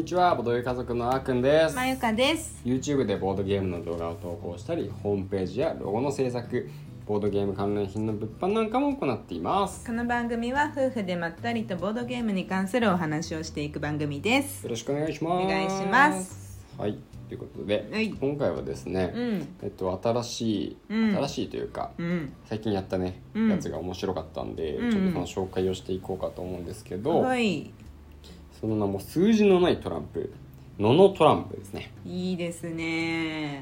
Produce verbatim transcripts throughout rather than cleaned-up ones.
ちは、ボードゲーム家族のあーくんです。 まゆかです。 YouTube でボードゲームの動画を投稿したり、ホームページやロゴの制作、ボードゲーム関連品の物販なんかも行っています。 この番組は夫婦でまったりとボードゲームに関するお話をしていく番組です。 よろしくお願いします。 お願いします。 はい、ということで、 はい、 今回はですね、 うん、 えっと新しい、うん、新しいというか、うん、最近やったね、うん、やつが面白かったんで、うん、ちょっとその紹介をしていこうかと思うんですけど、 はい、その名も数字のないトランプ、ノノトランプですね。 いいですね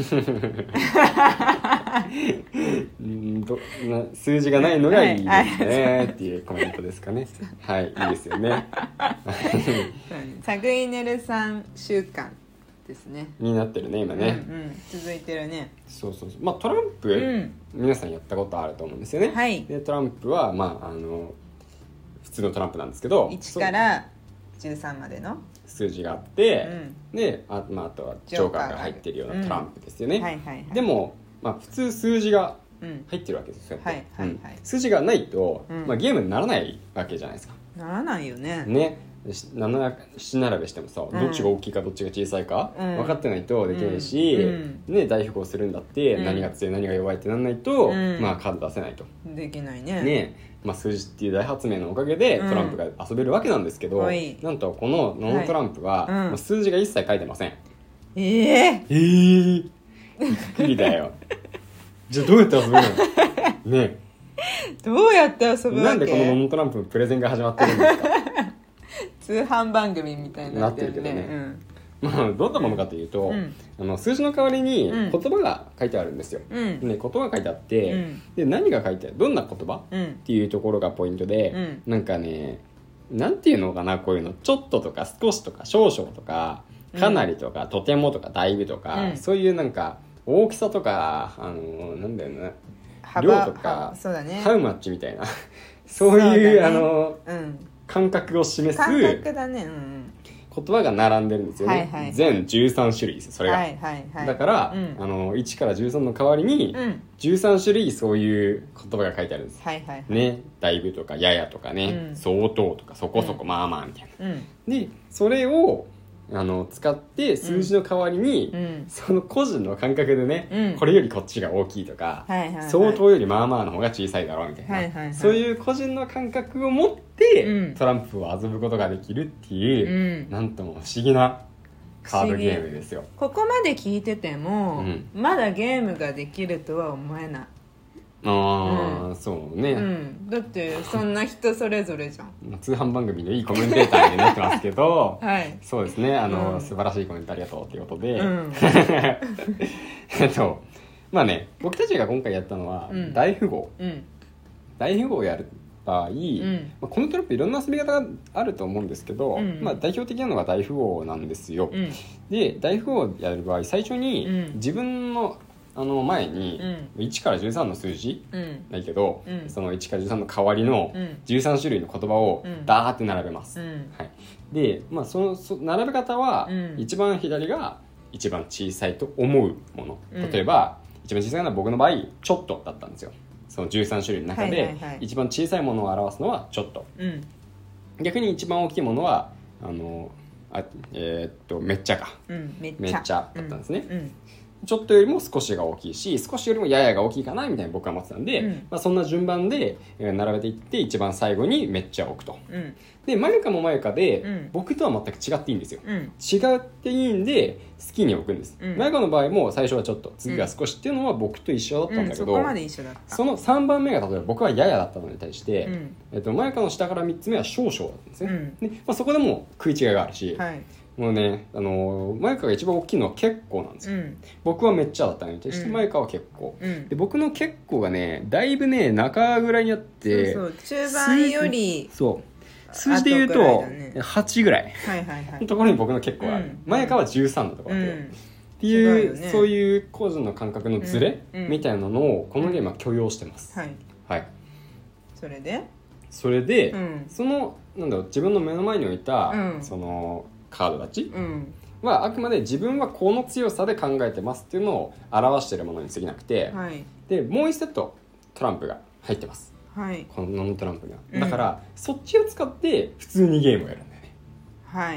んどな数字がないのがいいですねっていうコメントですかね。はい、いいですよねサグイネルさん週間ですねになってるね今ね、 うんうん、続いてるね。 そうそうそう、まあトランプ、うん、皆さんやったことあると思うんですよね、 はい、 でトランプはまああの普通のトランプなんですけど、 いちからじゅうさんまでの数字があって、うん、で あ,、まあ、あとはジョーカーが入ってるようなトランプですよね、うんはいはいはい、でも、まあ、普通数字が入ってるわけですよ、うんはいはいはい、数字がないと、うんまあ、ゲームにならないわけじゃないですか。 ならないよね。 ね、七並べしてもさ、うん、どっちが大きいかどっちが小さいか、うん、分かってないとできないし、うんね、大富豪するんだって、うん、何が強い何が弱いってなんないと、うんまあ、カード出せないとできないね。 ね、まあ、数字っていう大発明のおかげでトランプが遊べるわけなんですけど、うん、なんとこのノノトランプは、はいまあ、数字が一切書いてません。 えー、 えー、びっくりだよじゃあどうやって遊ぶのね、 どうやって遊ぶわけ。 なんでこのノノトランプのプレゼンが始まってるんですか通販番組みたいになってるね。 なってるけどね、うんまあ、どんなものかというと、うん、あの数字の代わりに言葉が書いてあるんですよ、うん、ね、言葉が書いてあって、うん、で何が書いてあるどんな言葉、うん、っていうところがポイントで、うん、なんかねなんていうのかな、こういうのちょっととか少しとか少々とかかなりとか、うん、とてもとかだいぶとか、うん、そういうなんか大きさとかあのなんだよな、量とかそうだね、 ハウマッチみたいなそういう、ね、あの、うん感覚を示す感覚だね、うん、 言葉が並んでるんですよね、はいはいはい、全じゅうさん種類ですそれが、 はいはいはい、 だから、うん、あのいちからじゅうさんの代わりに、うん、じゅうさん種類そういう言葉が書いてあるんです、 はいはいはい、 ね、だいぶとかややとかね、うん、相当とかそこそこ、うん、まあまあみたいな、うん、でそれをあの使って数字の代わりに、うん、その個人の感覚でね、うん、これよりこっちが大きいとか、はいはいはい、相当よりまあまあの方が小さいだろうみたいな、はいはいはい、そういう個人の感覚を持って、うん、トランプを遊ぶことができるっていう、うん、なんとも不思議なカードゲームですよ。 ここまで聞いてても、うん、まだゲームができるとは思えない。 ああ、うん、そうね、 うん、だってそんな人それぞれじゃん通販番組のいいコメンテーターになってますけど、 はい、 そうですね、あの、うん、素晴らしいコメントありがとうということで、うん、えっとまあね、僕たちが今回やったのは、うん、大富豪、うん、大富豪をやる場合、うんまあ、このトランプいろんな遊び方があると思うんですけど、うんまあ、代表的なのが大富豪なんですよ、うん、で大富豪をやる場合最初に自分のあの前にいちからじゅうさんの数字、うん、ないけど、うん、そのいちからじゅうさんの代わりのじゅうさん種類の言葉をダーって並べます、うんはい、で、まあ、そのそ並べ方は、うん、一番左が一番小さいと思うもの、うん、例えば一番小さいのは僕の場合ちょっとだったんですよ。そのじゅうさん種類の中で、はいはいはい、一番小さいものを表すのはちょっと、うん、逆に一番大きいものはあのあ、えー、っとめっちゃか、うん、めっちゃ、めっちゃだったんですね、うんうんちょっとよりも少しが大きいし少しよりもややが大きいかなみたいな僕は思ってたんで、うんまあ、そんな順番で並べていって一番最後にめっちゃ置くと、うん、でマユカもマユカで、うん、僕とは全く違っていいんですよ、うん、違っていいんで好きに置くんです、うん、マユカの場合も最初はちょっと次が少しっていうのは僕と一緒だったんだけど、うん、そこまで一緒だった。そのさんばんめが例えば僕はややだったのに対して、うんえっと、マユカの下からみっつめは少々だったんですね、うんでまあ、そこでも食い違いがあるし、はいもうね、あのー、マユカが一番大きいのは結構なんですよ、うん、僕はめっちゃだったのに対して、うん、マユカは結構、うん、で僕の結構がねだいぶね中ぐらいにあってそうそう中盤よりそう数字で言うと、ね、はちぐらいのところに僕の結構ある、マユカはじゅうさんのところだけど、っていう、ね、そういう個人の感覚のズレ、みたいなのをこのゲームは許容してます、はいはい、 それでそれで、そのなんだろう自分の目の前に置いた、そのカードたち、うん、はあくまで自分はこの強さで考えてますっていうのを表しているものに過ぎなくて、はい、でもう一セットトランプが入ってます、はい、このノントランプが、うん、だからそっちを使って普通にゲームをやるんだよね、 はい、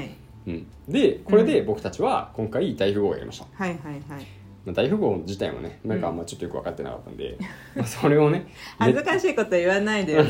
うん、でこれで僕たちは今回大富豪をやりました、 はいはいはい。 まあ、大富豪自体もねなんかあんまちょっとよく分かってなかったんで、うん、まあそれをね恥ずかしいこと言わないでよ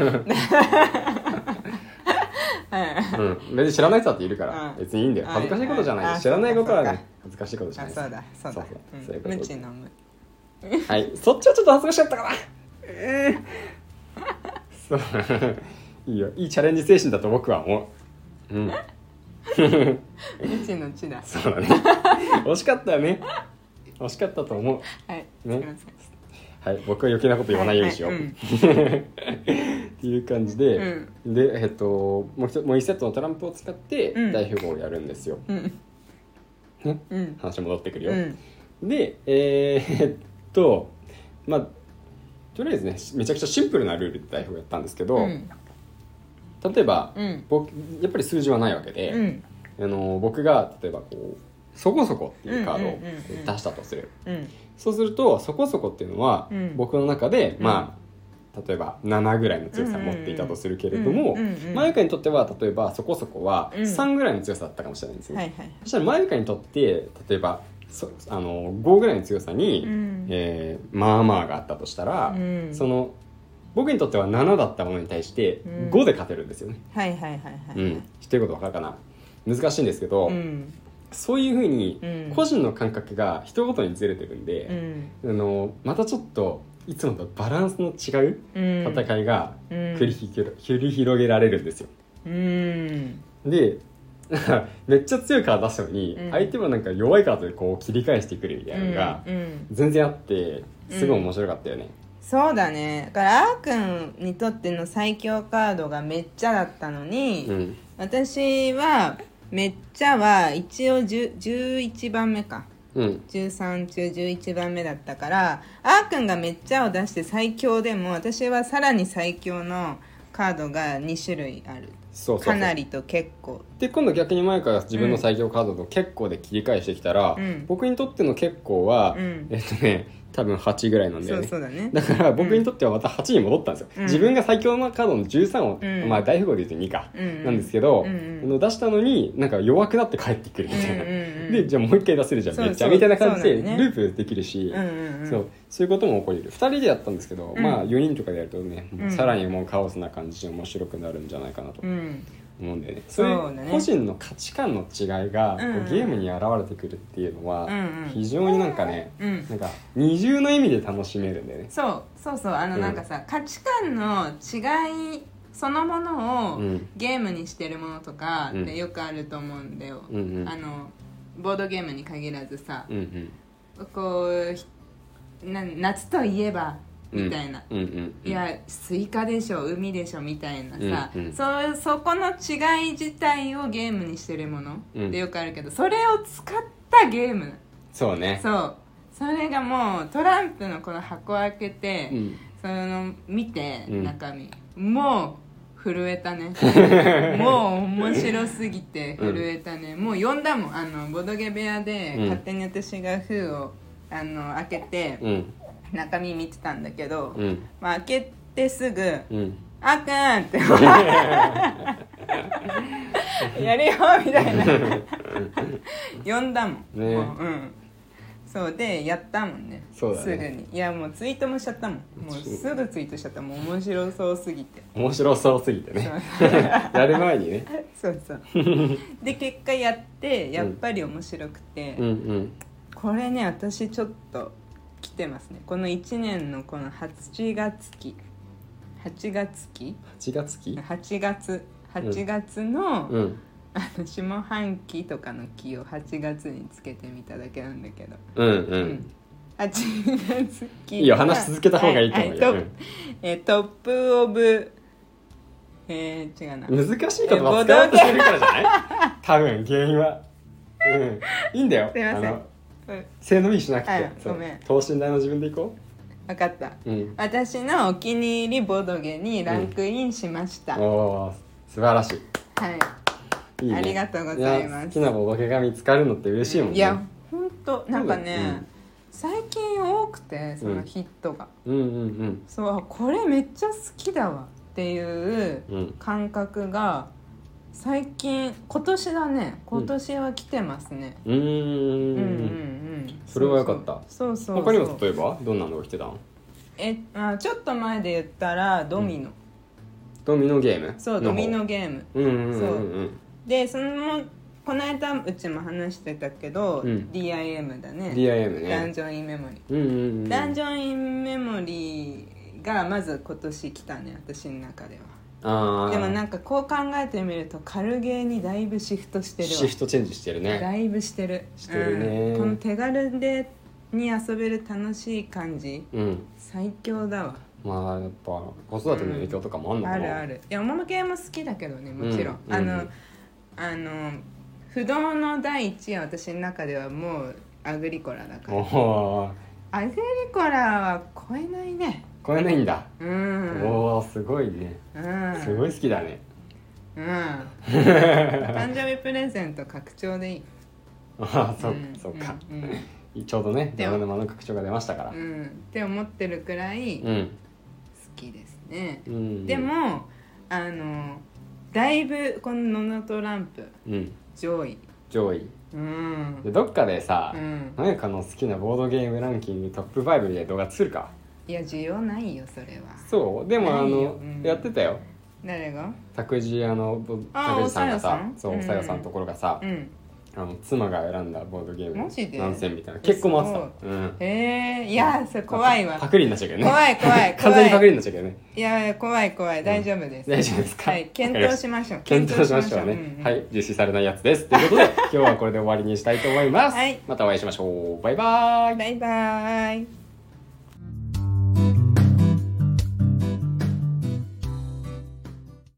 うん、別に知らない人だっているから、うん、別にいいんだよ。恥ずかしいことじゃない、はい、知らないことはね恥ずかしいことじゃないです。 そうだそうだそうそう、そういうこと。無知の無はいそっちはちょっと恥ずかしかったかなえー、そういいよいいチャレンジ精神だと僕は思う。うん無知の知だ。 そうだね惜しかったよね惜しかったと思う。 はい、 ね、はい、僕は余計なこと言わないようにしよう、はいはい、うん、っていう感じで、うん、で、えっと、もう一もう一セットのトランプを使って大富豪をやるんですよ、うんねうん、話戻ってくるよ、うん、でえー、っとまあとりあえずねめちゃくちゃシンプルなルールで大富豪やったんですけど、うん、例えば、うん、僕やっぱり数字はないわけで、うん、あの僕が例えばこうそこそこっていうカードを出したとする、うんうんうんうん、そうするとそこそこっていうのは、うん、僕の中で、うん、まあ例えばななぐらいの強さを持っていたとするけれども、マユカにとっては例えばそこそこはさんぐらいの強さだったかもしれないんですよ、うんはいはい、そしたらマユカにとって例えばそあのごぐらいの強さに、うんえー、まあまあがあったとしたら、うん、その僕にとってはななだったものに対してごで勝てるんですよね。はいはいはいはい、うん、知ってること分かるかな。難しいんですけど、うんそういう風に個人の感覚が人ごとにずれてるんで、うん、あのまたちょっといつもとバランスの違う戦いが繰り広げ、うん、繰り広げられるんですよ、うん、でめっちゃ強いカード出したのに、うん、相手はなんか弱いカードでこう切り返してくるみたいなのが全然あってすごい面白かったよね、うん、 そうだね。だからあーくんにとっての最強カードがめっちゃだったのに、うん、私はめっちゃは一応じゅじゅういちばんめか、うん、じゅうさん中じゅういちばんめだったから、あーくんがめっちゃを出して最強でも私はさらに最強のカードがに種類ある。そうそうそう、かなりと結構で今度逆に前から自分の最強カードと結構で切り返してきたら、うん、僕にとっての結構は、うん、えっとね多分はちぐらいなんだよね。そうそうだね。だから僕にとってはまたはちに戻ったんですよ、うん、自分が最強のカードのじゅうさんを、うん、まあ大富豪で言うとにか、うん、なんですけど、うんうん、出したのになんか弱くなって帰ってくるみたいな、うんうんうん、でじゃあもう一回出せるじゃんめっちゃみたいな感じでループできるし、うんうんうん、そうそういうことも起こりる。ふたりでやったんですけど、うん、まあよにんとかでやるとね、うん、さらにもうカオスな感じで面白くなるんじゃないかなと、うん思うんだよね。そういう個人の価値観の違いが、うんうん、ゲームに現れてくるっていうのは、うんうん、非常になんかね、うん、なんか二重の意味で楽しめるんだよね。 そうそうそうあのなんかさ、うん、価値観の違いそのものを、うん、ゲームにしてるものとかってよくあると思うんだよ、うんうん、あのボードゲームに限らずさ、うんうん、こうな夏といえばみたいな、うんうんうん、いやスイカでしょ海でしょみたいなさ、うんうん、そ, そこの違い自体をゲームにしてるものでよくあるけど、それを使ったゲーム。 そうね。 そうそれがもうトランプのこの箱開けて、うん、その見て中身、うん、もう震えたねもう面白すぎて震えたね、うん、もう読んだもん。あのボドゲ部屋で勝手に私が封をあの開けて、うん中身見てたんだけど、うんまあ、開けてすぐ「うん、あーくん!」ってやるよみたいな呼んだもん、ねもううん、そうでやったもん ね, そうだねすぐに。いやもうツイートもしちゃったもん。もうすぐツイートしちゃった。もう面白そうすぎて面白そうすぎてねやる前にねそうそうで結果やってやっぱり面白くて、うんうんうん、これね私ちょっと来てますね。このいちねんのこのはちがつ期はちがつ期はちがつ期はちがつはちがつの、うん、あの下半期とかの期をはちがつにつけてみただけなんだけど、うんうん、うん、はちがつ期いいよ話し続けた方がいいと思うよ、はいはい、ト, えー、トップオブえー、違うな難しい言葉使おうとしてるからじゃない多分原因は、うん、いいんだよ。 すいません背伸びしなくて、ごめん等身大の自分でいこう。分かった、うん、私のお気に入りボドゲにランクインしました、 うん、おー素晴らしい。 はいいい、ね、ありがとうございます。 好きなボドゲが見つかるのって嬉しいもんね。 いやほんとなんかね、うん、最近多くてそのヒットが、うん、うんうんうんそうこれめっちゃ好きだわっていう感覚が最近今年だね今年は来てますね、 うん、うんうんうんうんそれはよかった。 そうそうそう他にも例えばどんなのが来てたん？ えあちょっと前で言ったらドミノ、うん、 ドミノゲームそうドミノゲーム、 うんうんうんうん、そうでそのこの間うちも話してたけど、うん、ディーアイエム だねディーアイエム ねダンジョンインメモリー、 うんうんうん、 ダンジョンインメモリーがまず今年来たね私の中では。あでもなんかこう考えてみると軽ゲーにだいぶシフトしてるわ。 シフトチェンジしてるね。 だいぶしてるしてるね、 うん、この手軽でに遊べる楽しい感じ、うん、最強だわ。 まあやっぱ子育ての影響とかもあるのかな、 うん、あるある。いやおもむ系も好きだけどねもちろん、うん、あの、うん、あの不動の第一位は私の中ではもうアグリコラだから。おアグリコラは超えないね。 超えないんだ、うん、おおすごいね、うん、すごい好きだね。 うん誕生日プレゼント拡張でいい。 ああそ、うん、そうか、うんうん、ちょうどね山沼の拡張が出ましたから、 うん、って思ってるくらい好きですね、うん、でもあのだいぶこのノノトランプ、うん、上位上位、うん、でどっかでさ、うん、何かの好きなボードゲームランキングトップファイブで動画作るか。 いや需要ないよそれは。 そうでもあの、うん、やってたよ。 誰が？ 拓司あの拓司さんがさそうさよさんのところがさ、うん、あの妻が選んだボードゲームマジで何戦みたいな結構回ってた、うん、 へえいやそれ怖いわ。 パクリになっちゃうけどね。 怖い怖い怖い完全にパクリになっちゃうけどね。 いや怖い怖い大丈夫です、 うん、大丈夫ですか。 はい検討しましょう検討しましょうね、うんうん、はい実施されないやつですということで今日はこれで終わりにしたいと思います、はい、またお会いしましょう。バイバーイバイバーイ。